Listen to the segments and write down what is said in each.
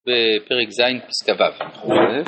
בפרק ז' פסקה ו'.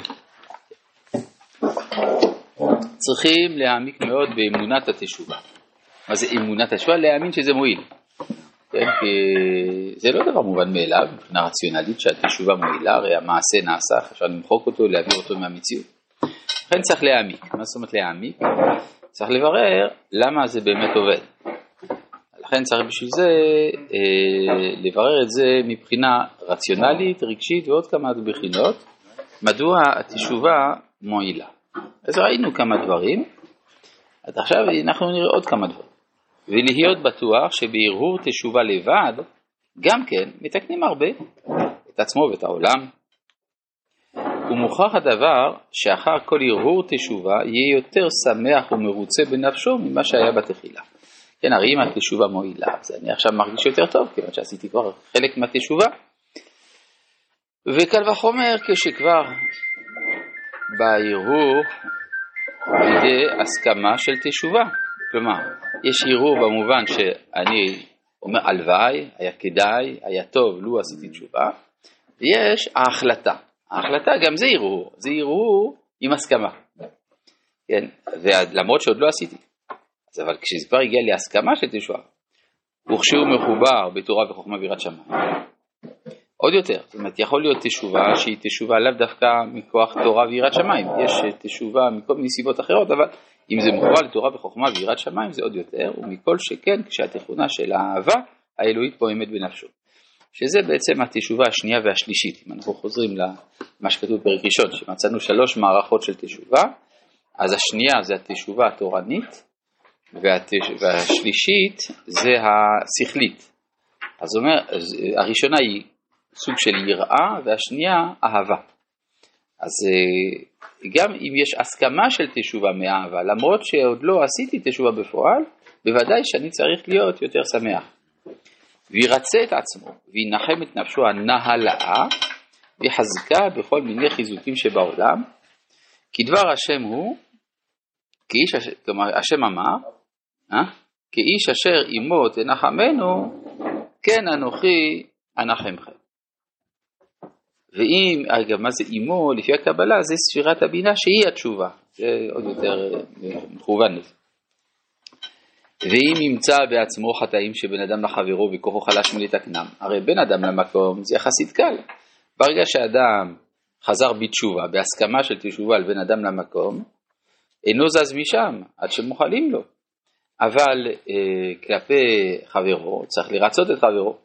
צריכים להעמיק מאוד באמונת התשובה. מה זה אמונת התשובה? להאמין שזה מועיל. כן? כי זה לא דבר מובן מאליו, מבחינה רציונלית שהתשובה מועילה, הרי המעשה נעשה, אפשר למחוק אותו, להעביר אותו מהמציאות. לכן צריך להעמיק. מה זאת אומרת להעמיק? צריך לברר למה זה באמת עובד. לכן צריך בשביל זה לברר את זה מבחינה רציונלית, רגשית ועוד כמה בחינות, מדוע התשובה מועילה. אז ראינו כמה דברים, עד עכשיו אנחנו נראה עוד כמה דברים. ולהיות בטוח שבהרהור תשובה לבד, גם כן מתקנים הרבה, את עצמו ואת העולם. ומוכרח הדבר שאחר כל הרהור תשובה יהיה יותר שמח ומרוצה בנפשו ממה שהיה בתחילה. כן, הרי אם התשובה מועילה, אז אני עכשיו מרגיש יותר טוב, כיוון שעשיתי כבר חלק מהתשובה. וקל וחומר כשכבר בהרהור לידי הסכמה של תשובה. כלומר, יש הרהור במובן שאני אומר הלוואי, היה כדאי, היה טוב, לו עשיתי תשובה. ויש ההחלטה. ההחלטה גם זה הרהור, זה הרהור עם הסכמה. כן, ולמרות שעוד לא עשיתי. אבל כשזה כבר הגיע להסכמה של תשובה, וכשהוא מחובר בתורה וחוכמה ויראת שמיים. עוד יותר, זאת אומרת, יכול להיות תשובה שהיא תשובה לאו דווקא מכוח תורה ויראת שמיים. יש תשובה מכל מיני סיבות אחרות, אבל אם זה מחובר לתורה וחוכמה ויראת שמיים זה עוד יותר, ומכל שכן כשהתכונה של האהבה האלוהית פועמת בנפשו. שזה בעצם התשובה השנייה והשלישית. אם אנחנו חוזרים למה שכתוב בפרק ראשון, שמצאנו 3 מערכות של תשובה, אז השנייה זה התשובה התורנית, והשלישית זה השכלית. אז אומר, הראשונה היא סוג של יראה, והשנייה אהבה. אז גם אם יש הסכמה של תשובה מאהבה, למרות שעוד לא עשיתי תשובה בפועל, בוודאי שאני צריך להיות יותר שמח. וירצה את עצמו, וינחם את נפשו הנהלאה, ויחזקה בכל מיני חיזוקים שבעולם, כי דבר השם הוא, כלומר השם אמר, כאיש אשר עמו תנחמנו, כן אנוכי אנחמכם. ואם, אגב, מה זה עמו? לפי הקבלה, זה ספירת הבינה שהיא התשובה. זה עוד יותר מכוון לזה. ואם ימצא בעצמו חטאים שבן אדם לחברו וכוחו חלש מלתקנם, הרי בן אדם למקום זה יחסית קל. ברגע שאדם חזר בתשובה, בהסכמה של תשובה על בן אדם למקום, אינו זז משם עד שמוכלים לו. אבל כלפי חברו צריך לרצות את חברו.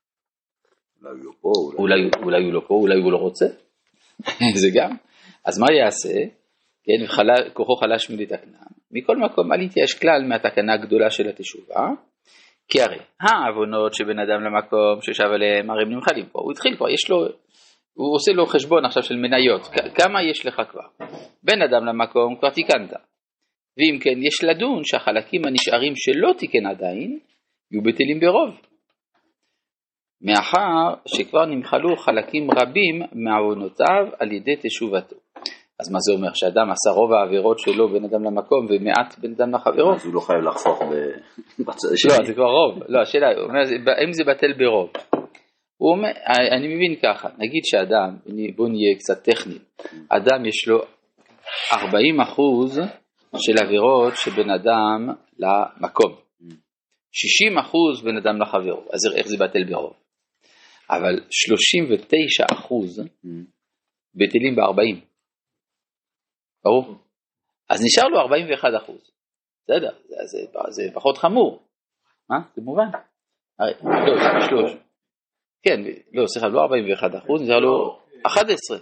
אולי הוא לא פה, אולי הוא לא רוצה. זה גם. אז מה יעשה? כן, כוחו חלש מלתקנם. מכל מקום, אל יתייאש כלל מהתקנה הגדולה של התשובה, כי הרי העוונות שבן אדם למקום ששב עליהם, הרי הם נמחלים פה. הוא התחיל כבר, הוא עושה לו חשבון עכשיו של מניות. כמה יש לך כבר? בן אדם למקום כבר תיקנת. ואם כן, יש לדון שהחלקים הנשארים שלא תיקן עדיין, יהיו בטלים ברוב. מאחר שכבר נמחלו חלקים רבים מעוונותיו על ידי תשובתו. אז מה זה אומר? שאדם עשה רוב העבירות שלו בין אדם למקום ומעט בין אדם לחברו? אז הוא לא חייב לחסוך בצד השני. לא, זה כבר רוב. לא, השאלה, האם זה בטל ברוב? הוא אומר, אני מבין ככה, נגיד שאדם, בוא נהיה קצת טכני, אדם יש לו 40% של עבירות שבין אדם למקום. 60% בין אדם לחברו. אז איך זה בטל ברוב? אבל 39% בטלים ב-40. ברור? אז נשאר לו 41%. בסדר, זה פחות חמור. מה? זה מובן. לא, זה 3. כן, לא, סליחה, לא 41%, נשאר לו 11%.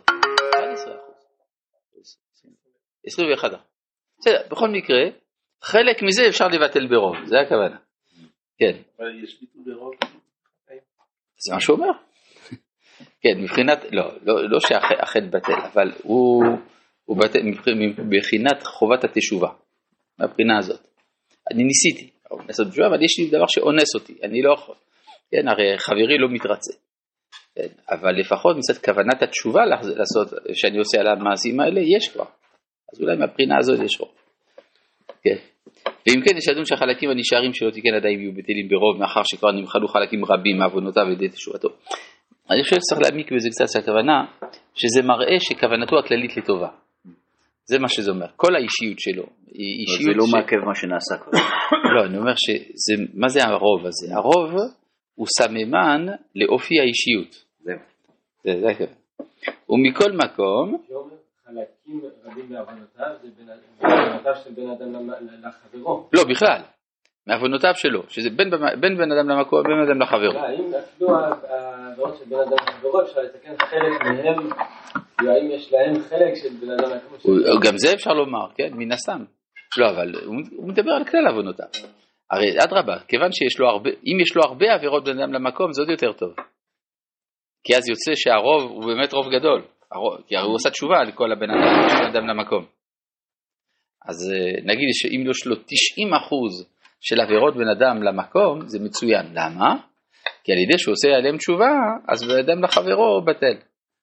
21%. בסדר, בכל מקרה, חלק מזה אפשר לבטל ברוב, זה הכוונה. כן. אבל יש ביטול ברוב? זה מה שהוא אומר. כן, מבחינת, לא שהחטא בטל, אבל הוא מבחינת חובת התשובה. מהבחינה הזאת. אני ניסיתי לעשות תשובה, אבל יש לי דבר שאונס אותי, אני לא יכול. כן, הרי חברי לא מתרצה. כן, אבל לפחות מצד כוונת התשובה לעשות, שאני עושה על המעשים האלה, יש כבר. אז אולי מהבחינה הזאת יש רוב. כן. ואם כן, יש לדון שהחלקים הנשארים שלא תיקן עדיין יהיו בטלים ברוב, מאחר שכבר נמחלו חלקים רבים מעוונותיו על ידי תשובתו. אני חושב שצריך להעמיק בזה קצת שהכוונה, שזה מראה שכוונתו הכללית לטובה. זה מה שזה אומר. כל האישיות שלו היא אישיות זה לא מעכב מה שנעשה כבר. לא, אני אומר מה זה הרוב הזה? הרוב הוא סממן לאופי האישיות. זה הכוונה. ומכל מקום, חלקים רבים מעוונותיו, זה מעוונותיו של בן אדם לחברו. לא, בכלל. מעוונותיו שלו, שזה בין בן אדם למקום, בין בן אדם לחברו. אם אפילו העבירות של בן אדם לחברו, אפשר לתקן חלק מהם, האם יש להם חלק של בן אדם לחברו? גם זה אפשר לומר, כן, מן הסתם. לא, אבל הוא מדבר על כלל עוונותיו. הרי אדרבה, כיוון שיש לו הרבה, אם יש לו הרבה עבירות בן אדם למקום, זה עוד יותר טוב. כי אז יוצא שהרוב הוא באמת רוב גדול. כי הרי הוא עושה תשובה לכל הבן אדם למקום. אז נגיד שאם יש לו 90% של עבירות בן אדם למקום, זה מצוין. למה? כי על ידי שהוא עושה עליהם תשובה, אז בן אדם לחברו בטל.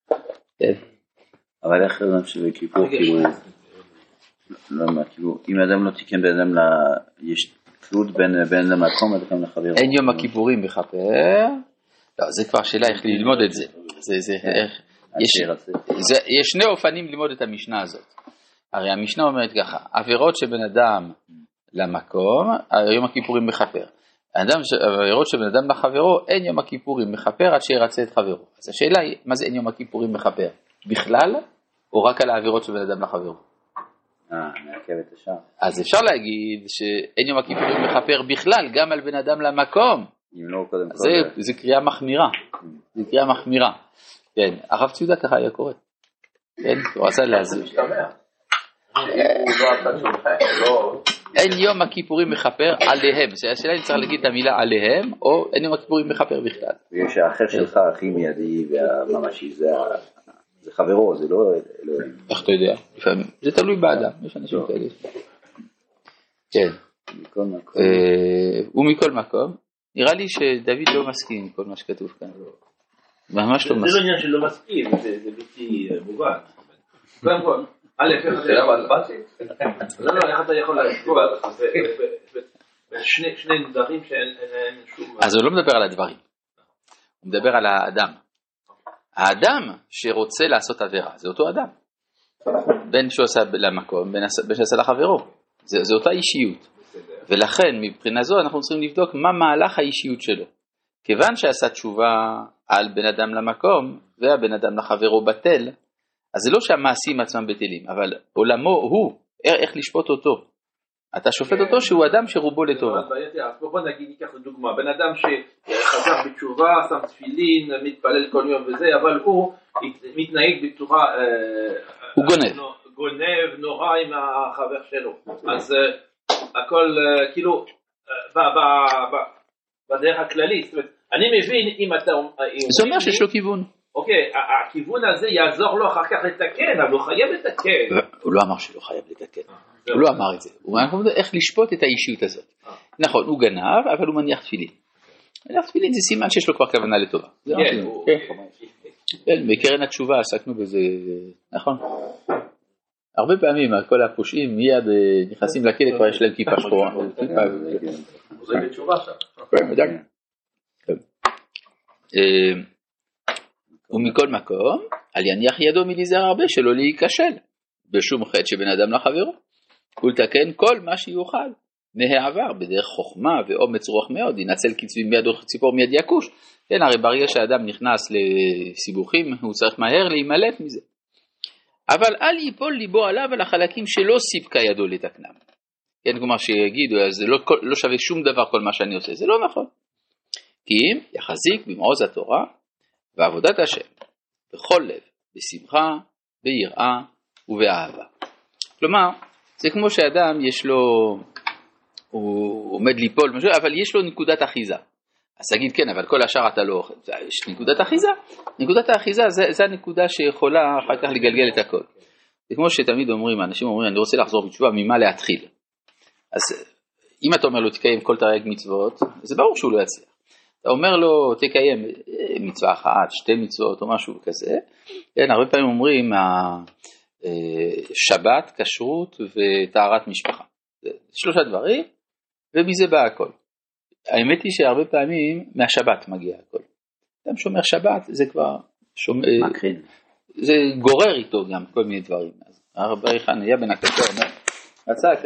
אבל איך אדם שבכיפור, כאילו, אם אדם לא תיקן בן אדם, יש תלות בין אדם למקום, אדם לחברו. אין יום הכיפורים בכפר. לא, זה כבר שאלה איך ללמוד את זה. יש שני אופנים ללמוד את המשנה הזאת. הרי המשנה אומרת ככה, עבירות שבן אדם למקום, יום הכיפורים מכפר. עבירות שבן אדם לחברו, אין יום הכיפורים מכפר עד שירצה את חברו. אז השאלה היא, מה זה אין יום הכיפורים מכפר? בכלל, או רק על העבירות שבן אדם לחברו? מעכב את השאר. אז אפשר להגיד שאין יום הכיפורים מכפר בכלל, גם על בן אדם למקום. זה קריאה מחמירה. זה קריאה מחמירה. כן, הרב ציודה ככה היה קורא. כן, הוא רצה להזיר. אין יום הכיפורים מכפר עליהם. השאלה אם צריך להגיד את המילה עליהם, או אין יום הכיפורים מכפר בכלל. ויש האחר שלך הכי מיידי והממשי, זה חברו, זה לא אלוהים. איך אתה יודע? לפעמים. זה תלוי באדם, יש אנשים כאלה. כן. ומכל מקום, נראה לי שדוד לא מסכים עם כל מה שכתוב כאן. ממש לא מסכים. זה לא עניין שלא מסכים, זה בלתי מובן. קודם כל, א', איך אתה יכול... לא, איך אתה יכול להסבור שני דברים שאין שום... אז הוא לא מדבר על הדברים. הוא מדבר על האדם. האדם שרוצה לעשות עבירה, זה אותו אדם. בין שעושה למקום, בין שעושה לחברו. זה אותה אישיות. ולכן, מבחינה זו, אנחנו צריכים לבדוק מה מהלך האישיות שלו. כיוון שעשה תשובה על בן אדם למקום, והבן אדם לחברו בטל, אז זה לא שהמעשים עצמם בטלים, אבל עולמו הוא, איך לשפוט אותו. אתה שופט אותו שהוא אדם שרובו לטובה. בוא נגיד, ניקח לדוגמה, בן אדם שחזר בתשובה, שם תפילין, מתפלל כל יום וזה, אבל הוא מתנהג בצורה... הוא גונב. גונב נורא עם החבר שלו. אז הכל כאילו, בדרך הכללית, זאת אומרת, אני מבין אם אתה... זה אומר שיש לו כיוון. אוקיי, הכיוון הזה יעזור לו אחר כך לתקן, אבל הוא חייב לתקן. הוא לא אמר שהוא לא חייב לתקן. הוא לא אמר את זה. הוא אמר איך לשפוט את האישיות הזאת. נכון, הוא גנב, אבל הוא מניח תפילין. מניח תפילין זה סימן שיש לו כבר כוונה לטובה. כן, בקרן התשובה עסקנו בזה, נכון? הרבה פעמים כל הפושעים מיד נכנסים לכלא, כבר יש להם כיפה שחורה. זה בתשובה שם. כן, מדהים. ומכל מקום, על יניח ידו מליזהר הרבה שלא להיכשל בשום חטא שבן אדם לחברו, ולתקן כל מה שיוכל מהעבר בדרך חוכמה ואומץ רוח מאוד, ינצל קצבים מיד או ציפור מיד יקוש. כן, הרי ברגע שאדם נכנס לסיבוכים, הוא צריך מהר להימלט מזה. אבל אל ייפול ליבו עליו על החלקים שלא סיפקה ידו לתקנם. כן, כלומר שיגידו, זה לא שווה שום דבר כל מה שאני עושה, זה לא נכון. כי אם יחזיק במעוז התורה ועבודת השם, בכל לב, בשמחה, ביראה ובאהבה. כלומר, זה כמו שאדם יש לו, הוא עומד ליפול, אבל יש לו נקודת אחיזה. אז תגיד כן, אבל כל השאר אתה לא אוכל. יש נקודת אחיזה. נקודת האחיזה זה הנקודה שיכולה אחר כך לגלגל את הכל. זה כמו שתמיד אומרים, האנשים אומרים, אני רוצה לחזור בתשובה, ממה להתחיל. אז אם אתה אומר לו תקיים כל תרי"ג מצוות, זה ברור שהוא לא יצליח. אתה אומר לו תקיים מצווה אחת, 2 מצוות או משהו כזה. כן, הרבה פעמים אומרים שבת, כשרות וטהרת משפחה. 3 דברים, ומזה בא הכל. האמת היא שהרבה פעמים מהשבת מגיע הכל. אדם שומר שבת, זה כבר מקרין. זה גורר איתו גם כל מיני דברים. אז הרב חנניה בן הקשה אומר, רצה